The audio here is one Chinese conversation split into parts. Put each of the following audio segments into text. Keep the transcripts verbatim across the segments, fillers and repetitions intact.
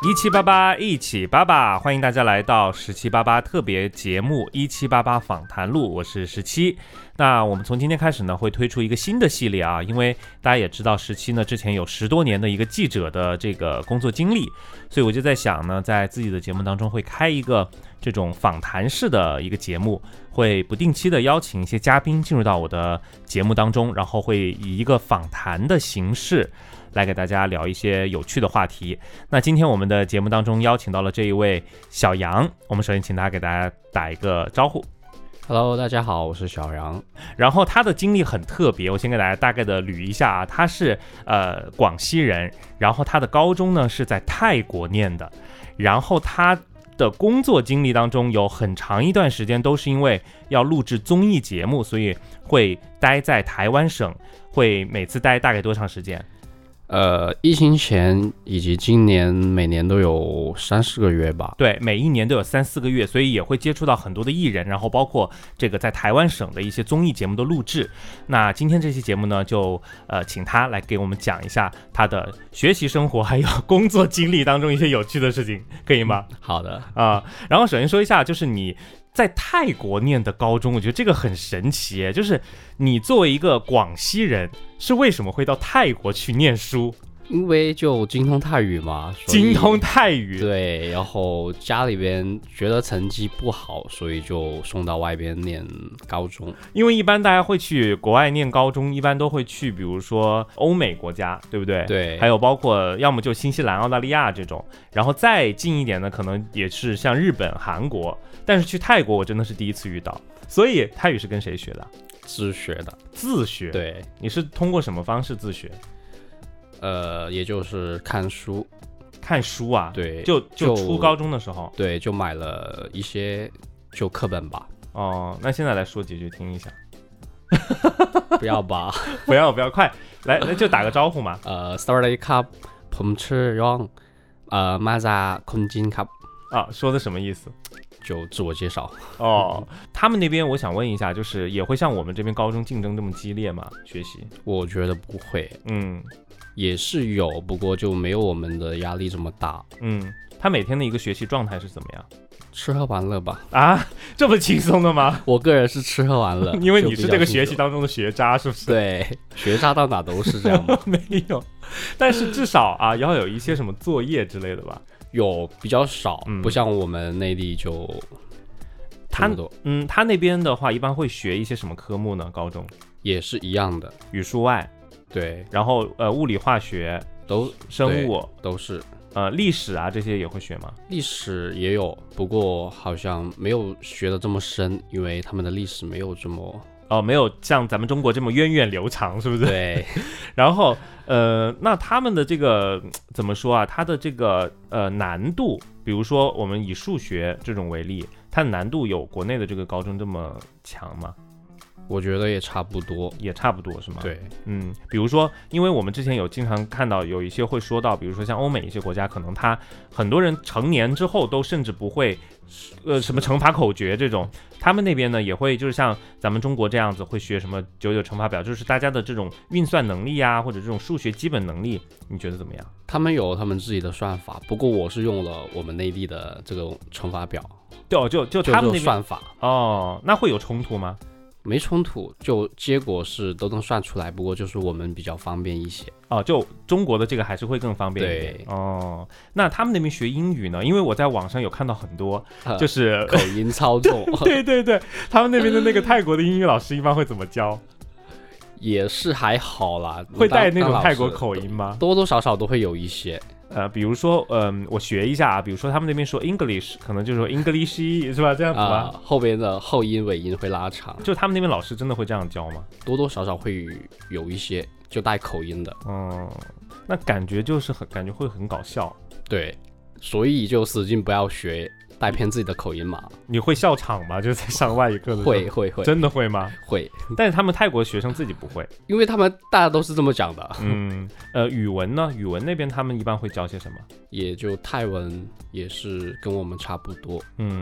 一七八八一起八八，欢迎大家来到十七八八特别节目一七八八访谈录，我是十七。那我们从今天开始呢，会推出一个新的系列啊，因为大家也知道十七呢之前有十多年的一个记者的这个工作经历，所以我就在想呢，在自己的节目当中会开一个这种访谈式的一个节目，会不定期的邀请一些嘉宾进入到我的节目当中，然后会以一个访谈的形式来给大家聊一些有趣的话题。那今天我们的节目当中邀请到了这一位小杨，我们首先请他给大家打一个招呼。 Hello， 大家好，我是小杨。 然后他的经历很特别，我先给大家大概的捋一下啊，他是呃广西人，然后他的高中呢是在泰国念的，然后他的工作经历当中有很长一段时间都是因为要录制综艺节目，所以会待在台湾省，会每次待大概多长时间？ 呃，疫情前以及今年每年都有三四个月吧。 对，每一年都有三四个月，所以也会接触到很多的艺人，然后包括这个在台湾省的一些综艺节目的录制。那今天这期节目呢，就呃请他来给我们讲一下他的学习生活还有工作经历当中一些有趣的事情，可以吗？ 好的啊、呃，然后首先说一下，就是你在泰国念的高中，我觉得这个很神奇，就是你作为一个广西人，是为什么会到泰国去念书？ 因为就精通泰语嘛， 精通泰语， 对，然后家里边觉得成绩不好，所以就送到外边念高中。 因为一般大家会去国外念高中，一般都会去比如说欧美国家，对不对？ 对， 还有包括要么就新西兰、澳大利亚这种，然后再近一点呢，可能也是像日本、韩国。但是去泰国我真的是第一次遇到，所以泰语是跟谁学的？ 自学的。 自学？ 对。 你是通过什么方式自学？ 呃，也就是看书。 看书啊？ 对， 就就初高中的时候。 对，就买了一些就课本吧。 哦，那现在来说几句听一下。 不要吧？ 不要不要，快来来就打个招呼嘛。 呃 ，Sorry ครับผมชื่อยอง呃มาจากคนจีนครับ啊，说的什么意思？ 就自我介绍哦。他们那边我想问一下，就是也会像我们这边高中竞争这么激烈吗？学习？ 我觉得不会， 嗯， 也是有，不过就没有我们的压力这么大。 嗯，他每天的一个学习状态是怎么样？ 吃喝玩乐吧。 啊，这么轻松的吗？ 我个人是吃喝玩乐， 因为你是这个学习当中的学渣，是不是？ 对，学渣到哪都是这样吗？ 没有，但是至少啊，要有一些什么作业之类的吧。 有比较少、 嗯、 不像我们内地就他嗯，他那边的话一般会学一些什么科目呢？高中也是一样的， 语数外， 对， 然后呃物理化学都生物都是， 呃历史啊这些也会学吗？ 历史也有，不过好像没有学的这么深，因为他们的历史没有这么哦，没有像咱们中国这么源远流长，是不是？ 对。 然后呃，那他们的这个怎么说啊？它的这个呃难度，比如说我们以数学这种为例，它的难度有国内的这个高中这么强吗？ 我觉得也差不多， 也差不多是吗？ 对， 嗯，比如说，因为我们之前有经常看到有一些会说到，比如说像欧美一些国家，可能他很多人成年之后都甚至不会，呃，什么乘法口诀这种，他们那边呢也会就是像咱们中国这样子会学什么九九乘法表，就是大家的这种运算能力啊，或者这种数学基本能力，你觉得怎么样？ 他们有他们自己的算法，不过我是用了我们内地的这个乘法表， 对、哦，就就他们那边算法哦，那会有冲突吗？ 没冲突，就结果是都能算出来，不过就是我们比较方便一些哦，就中国的这个还是会更方便一点。 对哦，那他们那边学英语呢？因为我在网上有看到很多，就是、 呃、口音操纵。 对对对，他们那边的那个泰国的英语老师一般会怎么教？ 也是还好啦， 会带那种泰国口音吗？ 多多少少都会有一些。 呃，比如说，嗯、呃，我学一下啊，比如说他们那边说 English， 可能就是说 English 是吧？这样子吧、 呃，后边的后音尾音会拉长。 就他们那边老师真的会这样教吗？ 多多少少会有一些就带口音的。 嗯，那感觉就是很感觉会很搞笑。 对，所以就使劲不要学带偏自己的口音嘛。 你会笑场吗？就是在上外语课的时候。 会会会。 真的会吗？ 会。 但是他们泰国学生自己不会， 因为他们大家都是这么讲的。 嗯，呃，语文呢？语文那边他们一般会教些什么？ 也就泰文也是跟我们差不多。 嗯，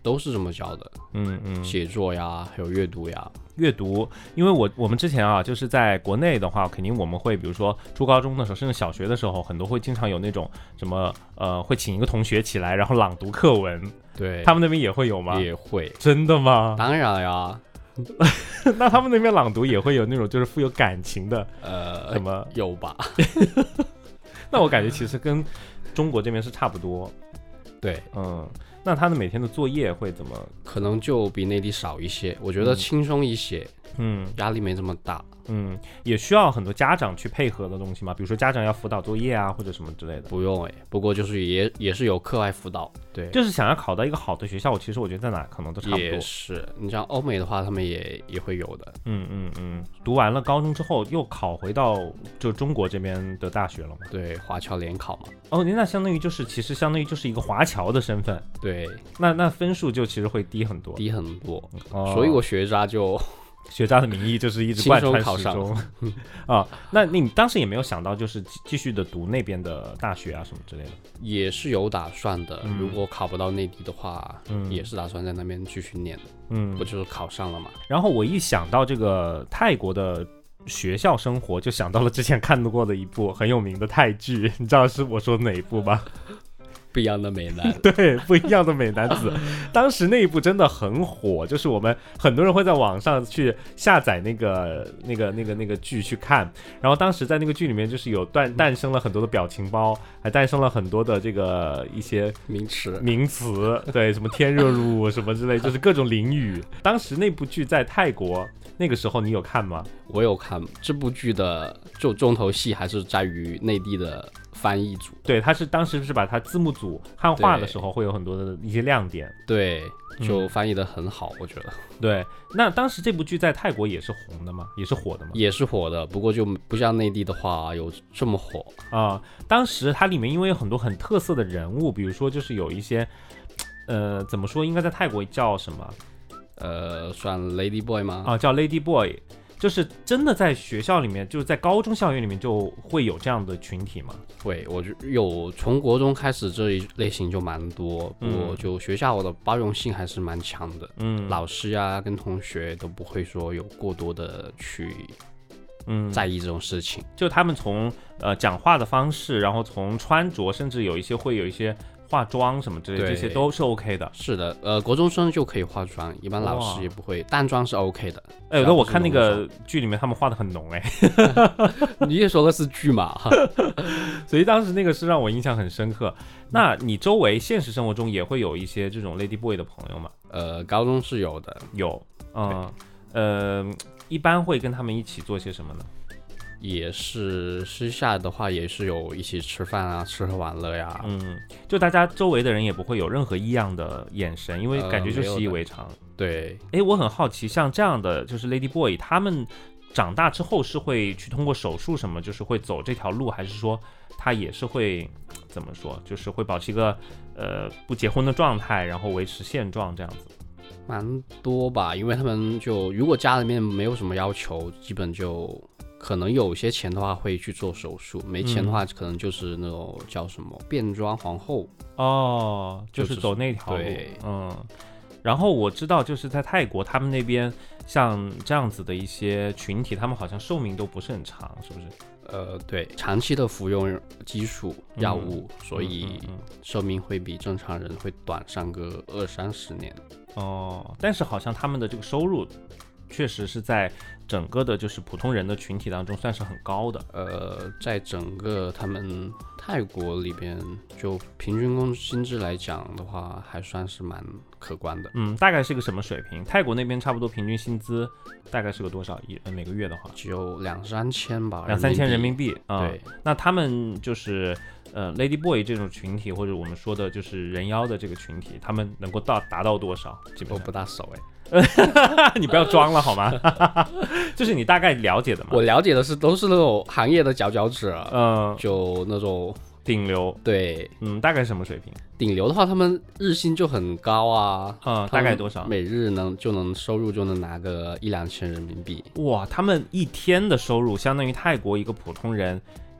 都是这么教的。 嗯嗯， 写作呀，还有阅读呀。 阅读，因为我我们之前啊，就是在国内的话，肯定我们会，比如说初高中的时候，甚至小学的时候，很多会经常有那种什么呃，会请一个同学起来，然后朗读课文。 对， 他们那边也会有吗？ 也会。 真的吗？ 当然呀。 那他们那边朗读也会有那种就是富有感情的， 呃， 什么有吧？ 那我感觉其实跟中国这边是差不多。 对， 嗯。那他的每天的作业会怎么？ 可能就比内地少一些，我觉得轻松一些， 嗯， 压力没这么大。 嗯，也需要很多家长去配合的东西嘛，比如说家长要辅导作业啊，或者什么之类的。 不用哎，不过就是也也是有课外辅导。对， 就是想要考到一个好的学校，我其实我觉得在哪可能都差不多。 也是，你像欧美的话，他们也也会有的。 嗯嗯嗯。读完了高中之后，又考回到就中国这边的大学了嘛？ 对，华侨联考嘛。 哦，那相当于就是其实相当于就是一个华侨的身份。 对， 那那分数就其实会低很多， 低很多。 哦、 所以我学渣就。 学渣的名义就是一直贯穿始终啊。那你当时也没有想到就是继续的读那边的大学啊什么之类的？ 也是有打算的， 嗯、 如果考不到内地的话、嗯，也是打算在那边继续念的。嗯，不就是考上了嘛。 然后我一想到这个泰国的学校生活，就想到了之前看过的一部很有名的泰剧，你知道是我说的哪一部吗？ 不一样的美男。 对，不一样的美男子。当时那一部真的很火，就是我们很多人会在网上去下载那个那个那个那个剧去看，然后当时在那个剧里面就是有诞诞生了很多的表情包，还诞生了很多的这个一些名词名词，对，什么天热露什么之类，就是各种淋雨。当时那部剧在泰国那个时候你有看吗？ 我有看。这部剧的就重头戏还是在于内地的翻译组。 对，他是当时是把他字幕组汉化的时候会有很多的一些亮点。 对，就翻译的很好、嗯、我觉得。 对，那当时这部剧在泰国也是红的吗？也是火的吗？ 也是火的，不过就不像内地的话有这么火啊、呃。当时它里面因为有很多很特色的人物，比如说就是有一些呃怎么说，应该在泰国叫什么？ 呃，算 Lady Boy 吗？ 啊，叫 Lady Boy。就是真的在学校里面，就是在高中校园里面就会有这样的群体吗？ 会，我有从国中开始这一类型就蛮多，不过就学校的包容性还是蛮强的。嗯，老师呀跟同学都不会说有过多的去嗯在意这种事情。 就他们从呃讲话的方式，然后从穿着，甚至有一些会有一些化妆什么之类的，这些都是 OK 的。 是的，呃，国中生就可以化妆，一般老师也不会，淡妆是 OK 的。 哎，有的我看那个剧里面他们画的很浓哎。 你也说的是剧嘛， 所以当时那个是让我印象很深刻。那你周围现实生活中也会有一些这种 Lady Boy 的朋友吗？ 呃，高中是有的， 有，嗯，呃，一般会跟他们一起做些什么呢？ 也是私下的话也是有一起吃饭啊，吃喝玩乐呀。 嗯，就大家周围的人也不会有任何异样的眼神，因为感觉就习以为常。呃、 对， 哎，我很好奇，像这样的就是 Lady Boy， 他们长大之后是会去通过手术什么，就是会走这条路，还是说他也是会怎么说，就是会保持一个呃不结婚的状态，然后维持现状这样子？ 蛮多吧，因为他们就如果家里面没有什么要求，基本就。可能有些钱的话会去做手术，没钱的话可能就是那种叫什么变装皇后哦，就是走那条路。 对， 嗯。然后我知道就是在泰国他们那边像这样子的一些群体，他们好像寿命都不是很长，是不是？ 呃，对，长期的服用激素药物、嗯，所以寿命会比正常人会短上个二三十年。 哦，但是好像他们的这个收入确实是在整个的就是普通人的群体当中算是很高的。 呃，在整个他们泰国里边，就平均工薪资来讲的话，还算是蛮可观的。 嗯，大概是个什么水平？泰国那边差不多平均薪资大概是个多少？一每个月的话， 只有两三千吧， 两三千人民币。嗯、 对， 那他们就是呃 Lady Boy 这种群体，或者我们说的就是人妖的这个群体，他们能够到达到多少？基本上我不大熟哎。 你不要装了好吗？就是你大概了解的嘛。 我了解的是都是那种行业的佼佼者，嗯，就那种顶流。 对， 嗯，大概什么水平？ 顶流的话，他们日薪就很高啊， 嗯，大概多少？ 每日能就能收入就能拿个一两千人民币。 哇，他们一天的收入相当于泰国一个普通人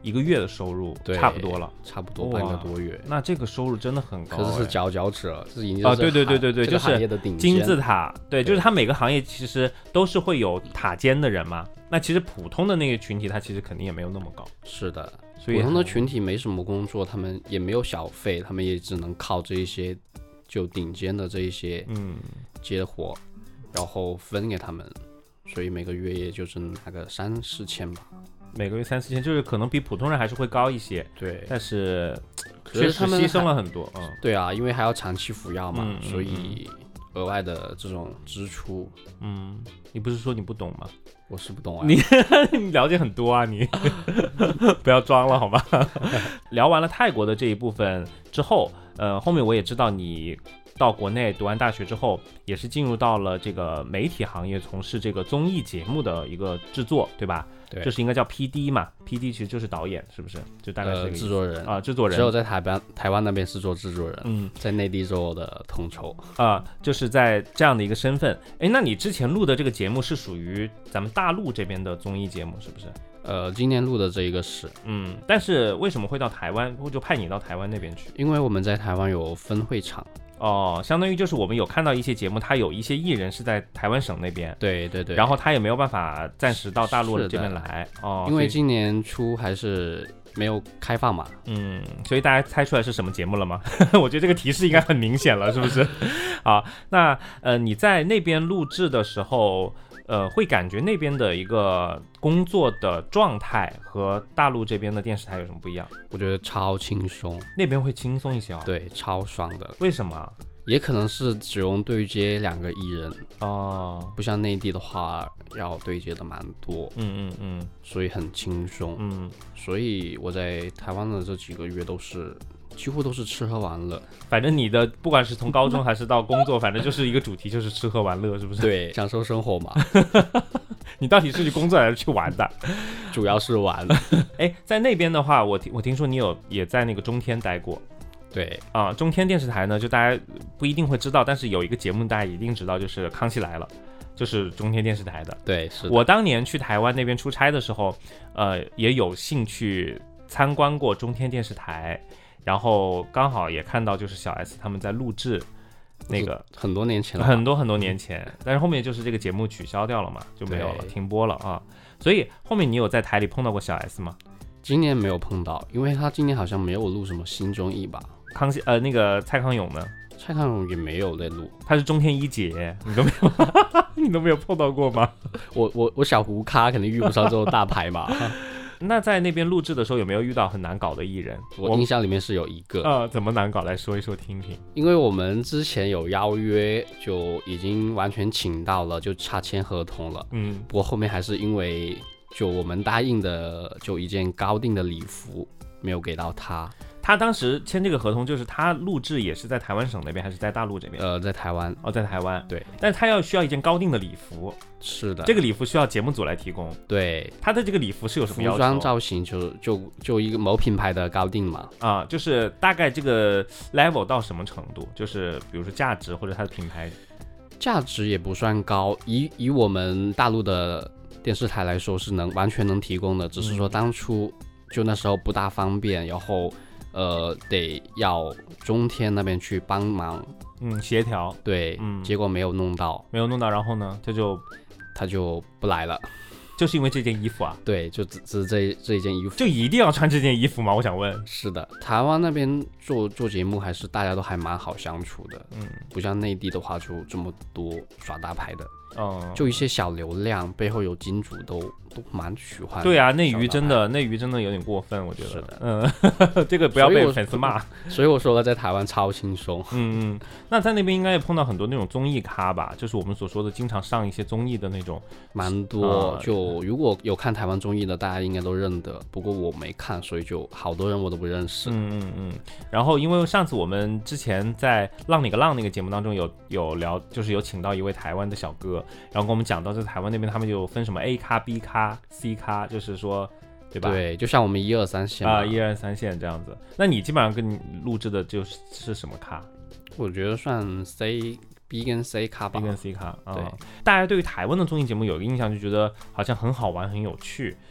一个月的收入差不多了， 差不多半个多月。 那这个收入真的很高， 可是是佼佼者，这已经啊，对对对对对， 就是行业的顶尖金字塔，对，就是它每个行业其实都是会有塔尖的人嘛。那其实普通的那个群体，它其实肯定也没有那么高。 是的， 所以普通的群体没什么工作，他们也没有小费，他们也只能靠这一些就顶尖的这一些嗯接活，然后分给他们，所以每个月也就是拿个三四千吧。 每个月三四千，就是可能比普通人还是会高一些， 对， 但是确实牺牲了很多，嗯， 对啊，因为还要长期服药嘛，嗯、所以额外的这种支出， 嗯，你不是说你不懂吗？ 我是不懂啊， 你你了解很多啊，你不要装了好吗？聊完了泰国的这一部分之后，呃，后面我也知道你到国内读完大学之后，也是进入到了这个媒体行业，从事这个综艺节目的一个制作，对吧？ 对， 就是应该叫 P D 嘛 ，P D 其实就是导演，是不是？就大概是、 呃、制作人啊、呃，制作人。 只有在台湾台湾那边是做制作人，嗯，在内地做我的统筹啊、呃，就是在这样的一个身份。哎，那你之前录的这个节目是属于咱们大陆这边的综艺节目，是不是？ 呃，今年录的这一个是， 嗯，但是为什么会到台湾？就派你到台湾那边去？ 因为我们在台湾有分会场。 哦，相当于就是我们有看到一些节目，他有一些艺人是在台湾省那边， 对对对， 然后他也没有办法暂时到大陆这边来，哦， 因为今年初还是没有开放嘛， 嗯，所以大家猜出来是什么节目了吗？我觉得这个提示应该很明显了，是不是？啊，那呃你在那边录制的时候，呃，会感觉那边的一个工作的状态和大陆这边的电视台有什么不一样？ 我觉得超轻松， 那边会轻松一些哦。 对，超爽的。 为什么？ 也可能是只用对接两个艺人哦， 不像内地的话要对接的蛮多， 嗯嗯嗯， 所以很轻松， 嗯， 所以我在台湾的这几个月都是几乎都是吃喝玩乐。 反正你的不管是从高中还是到工作，反正就是一个主题，就是吃喝玩乐，是不是？ 对，享受生活嘛。 你到底是去工作还是去玩的？ 主要是玩。 哎，在那边的话，我听我听说你有也在那个中天待过。 对啊，中天电视台呢，就大家不一定会知道，但是有一个节目大家一定知道，就是《康熙来了》，就是中天电视台的。 对，是的。 我当年去台湾那边出差的时候，呃，也有幸去参观过中天电视台，然后刚好也看到就是小 S 他们在录制那个很多年前了， 很多很多年前，但是后面就是这个节目取消掉了嘛，就没有了，停播了啊。所以后面你有在台里碰到过小 S 吗？ 今年没有碰到，因为他今年好像没有录什么新综艺吧。 康熙呃，那个蔡康永呢？ 蔡康永也没有在录， 他是中天一姐，你都没有，你都没有碰到过吗？ 我我我小胡咖肯定遇不上这种大牌嘛。 那在那边录制的时候，有没有遇到很难搞的艺人？ 我印象里面是有一个， 呃，怎么难搞？来说一说听听。 因为我们之前有邀约，就已经完全请到了，就差签合同了。嗯，不过后面还是因为就我们答应的就一件高定的礼服没有给到他。 他当时签这个合同，就是他录制也是在台湾省那边，还是在大陆这边？ 呃，在台湾。 哦，在台湾。 对。 但是他要需要一件高定的礼服。 是的。 这个礼服需要节目组来提供。 对。 他的这个礼服是有什么要求？ 服装造型就就就一个某品牌的高定嘛。 啊，就是大概这个 level 到什么程度？就是比如说价值或者它的品牌。 价值也不算高，以以我们大陆的电视台来说是能完全能提供的，只是说当初就那时候不大方便，然后。呃，得要中天那边去帮忙， 嗯，协调， 对，嗯，结果没有弄到， 没有弄到，然后呢，这就他就不来了， 就是因为这件衣服啊？ 对，就只只是这这一件衣服， 就一定要穿这件衣服吗？我想问。 是的，台湾那边做做节目还是大家都还蛮好相处的，嗯，不像内地的话就这么多耍大牌的。哦、嗯，就一些小流量背后有金主都都蛮喜欢。 对啊，内娱真的内娱真的有点过分，我觉得。是的，嗯，这个不要被粉丝骂。 所以我说了，在台湾超轻松。 嗯嗯，那在那边应该也碰到很多那种综艺咖吧，就是我们所说的经常上一些综艺的那种。 蛮多，呃、就如果有看台湾综艺的，大家应该都认得。不过我没看，所以就好多人我都不认识。 嗯嗯嗯。然后因为上次我们之前在《浪里个浪》那个节目当中有有聊，就是有请到一位台湾的小哥。然后跟我们讲到，在台湾那边他们就分什么 A 咖、B 咖、C 咖，就是说，对吧？ 对，就像我们一二三线啊，一二三线这样子。那你基本上跟你录制的就是是什么咖？ 我觉得算 C、B 跟 C 咖吧。 B 跟 C 咖啊。 对， 大家对于台湾的综艺节目有一个印象，就觉得好像很好玩、很有趣。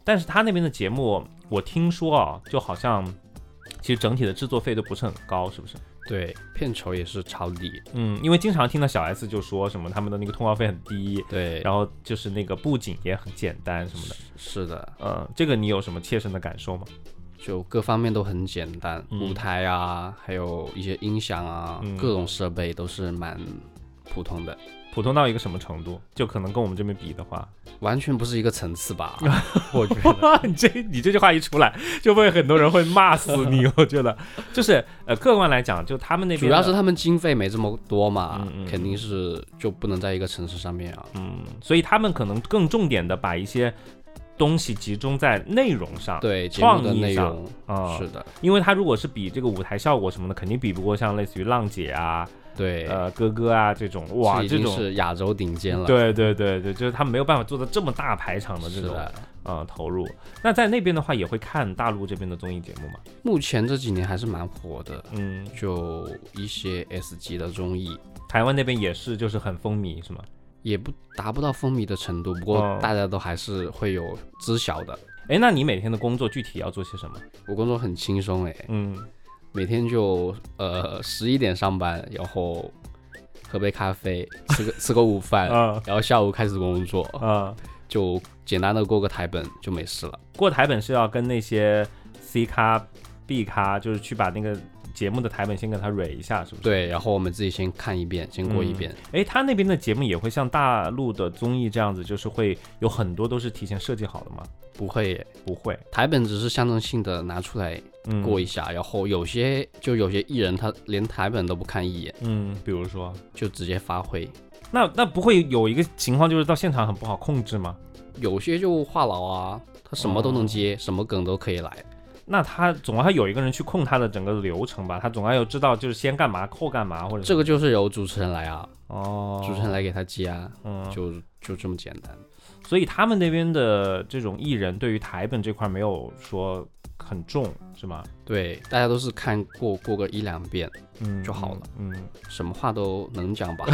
但是他那边的节目，我听说啊，就好像其实整体的制作费都不是很高，是不是？ 对，片酬也是超低。 嗯，因为经常听到小 S 就说什么他们的那个通告费很低， 对， 然后就是那个布景也很简单什么的。 是的， 嗯，这个你有什么切身的感受吗？ 就各方面都很简单， 嗯、 舞台啊，还有一些音响啊、嗯，各种设备都是蛮普通的。 普通到一个什么程度？就可能跟我们这边比的话， 完全不是一个层次吧？我觉得你这你这句话一出来，就会很多人会骂死你。我觉得就是呃，客观来讲，就他们那边主要是他们经费没这么多嘛， 嗯嗯、 肯定是就不能在一个城市上面啊。 嗯，所以他们可能更重点的把一些东西集中在内容上， 对， 创意内容啊、 嗯，是的， 因为他如果是比这个舞台效果什么的，肯定比不过像类似于浪姐啊。 对， 呃，哥哥啊，这种哇， 这种是亚洲顶尖了。 对对对对，就是他们没有办法做到这么大排场的这种呃投入。那在那边的话，也会看大陆这边的综艺节目吗？ 目前这几年还是蛮火的， 嗯， 就一些 S 级的综艺， 台湾那边也是，就是很风靡，是吗？ 也不达不到风靡的程度，不过大家都还是会有知晓的。 哎、哦，那你每天的工作具体要做些什么？ 我工作很轻松哎， 嗯。 每天就呃十一点上班，然后喝杯咖啡，吃个吃个午饭， 嗯、 然后下午开始工作， 嗯， 就简单的过个台本就没事了。 过台本是要跟那些 C 咖、B 咖，就是去把那个节目的台本先给它蕊一下，是不是？ 对，然后我们自己先看一遍，先过一遍。 哎、嗯，他那边的节目也会像大陆的综艺这样子，就是会有很多都是提前设计好的吗？ 不会耶， 不会， 台本只是象征性的拿出来过一下，嗯、然后有些就有些艺人他连台本都不看一眼， 嗯，比如说就直接发挥。 那那不会有一个情况就是到现场很不好控制吗？ 有些就话痨啊，他什么都能接，哦、什么梗都可以来。 那他总要有一个人去控他的整个流程吧？他总要有知道就是先干嘛后干嘛，或者这个就是由主持人来啊， 哦， 主持人来给他接啊， 嗯， 就就这么简单。 所以他们那边的这种艺人对于台本这块没有说很重，是吗？ 对，大家都是看过过个一两遍， 嗯， 就好了， 嗯，嗯什么话都能讲吧？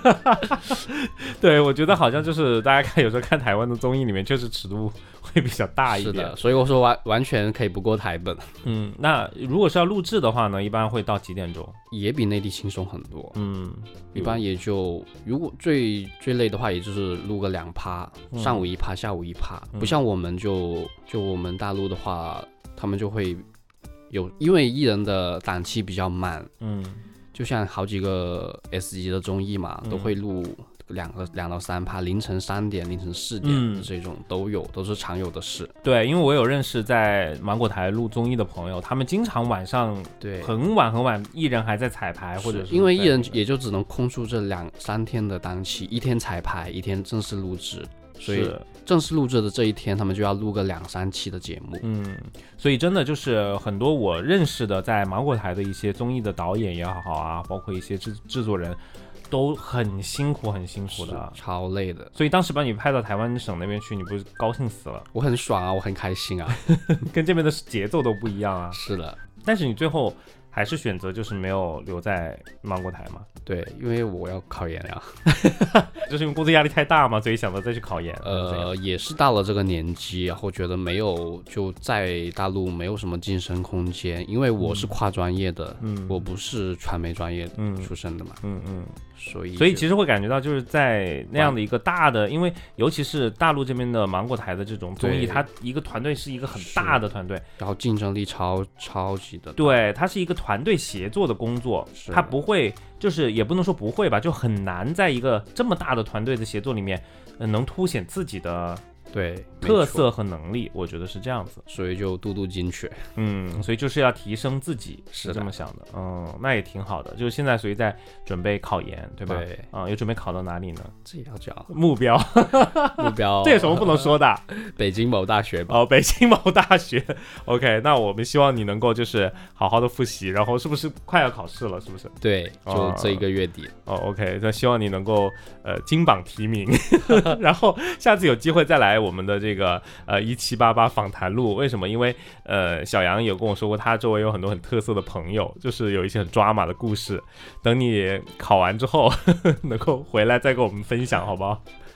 对，我觉得好像就是大家看有时候看台湾的综艺里面，确实尺度会比较大一点。 是的，所以我说完完全可以不过台本。 嗯，那如果是要录制的话呢，一般会到几点钟？ 也比内地轻松很多。 嗯， 一般也就如果最最累的话，也就是录个两趴， 嗯、 上午一趴，下午一趴， 嗯、 不像我们就就我们大陆的话，他们就会有，因为艺人的档期比较慢， 嗯， 就像好几个 S 级的综艺嘛， 嗯、 都会录两个两到三趴，凌晨三点、凌晨四点、嗯、这种都有，都是常有的事。 对，因为我有认识在芒果台录综艺的朋友，他们经常晚上对很晚很晚，艺人还在彩排，或者是因为艺人也就只能空出这两三天的档期，一天彩排，一天正式录制，所以正式录制的这一天，他们就要录个两三期的节目。 嗯，所以真的就是很多我认识的在芒果台的一些综艺的导演也好啊，包括一些制制作人。都很辛苦很辛苦的， 超累的。 所以当时把你派到台湾省那边去，你不是高兴死了？ 我很爽啊，我很开心啊， 跟这边的节奏都不一样啊。 是的， 但是你最后还是选择就是没有留在芒果台嘛？ 对，因为我要考研呀， 就是因为工作压力太大嘛，所以想着再去考研。 呃，也是到了这个年纪，然后觉得没有就在大陆没有什么晋升空间，因为我是跨专业的，嗯，我不是传媒专业出身的嘛， 嗯嗯， 所以所以其实会感觉到就是在那样的一个大的，因为尤其是大陆这边的芒果台的这种综艺，它一个团队是一个很大的团队， 然后竞争力超超级的， 对，它是一个团队协作的工作，它不会。就是也不能说不会吧，就很难在一个这么大的团队的协作里面，呃、能凸显自己的对特色和能力，我觉得是这样子， 所以就镀镀金去， 嗯，所以就是要提升自己，是这么想的，嗯，那也挺好的。就是现在属于在准备考研，对吧？ 对， 啊、嗯，有准备考到哪里呢？ 这也要讲目标， 目标， 这有什么不能说的？ 北京某大学吧。 哦，北京某大学 ，OK， 那我们希望你能够就是好好的复习，然后是不是快要考试了？是不是？ 对，就这一个月底。 哦, 哦 ，OK， 那希望你能够呃金榜题名，然后下次有机会再来我们的这个呃一七八八访谈录。为什么？因为呃小杨有跟我说过，他周围有很多很特色的朋友，就是有一些很抓马的故事。等你考完之后呵呵能够回来再跟我们分享，好不好？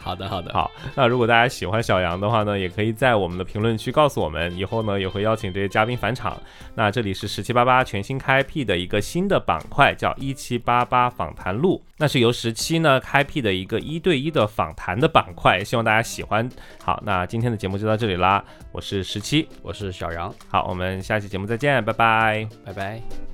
好的，好的。 好，那如果大家喜欢小杨的话呢，也可以在我们的评论区告诉我们，以后呢也会邀请这些嘉宾返场。那这里是十七八八全新开辟的一个新的板块，叫一七八八访谈录，那是由十七呢开辟的一个一对一的访谈的板块，希望大家喜欢。好，那今天的节目就到这里啦，我是十七， 我是小杨。 好，我们下期节目再见，拜拜， 拜拜。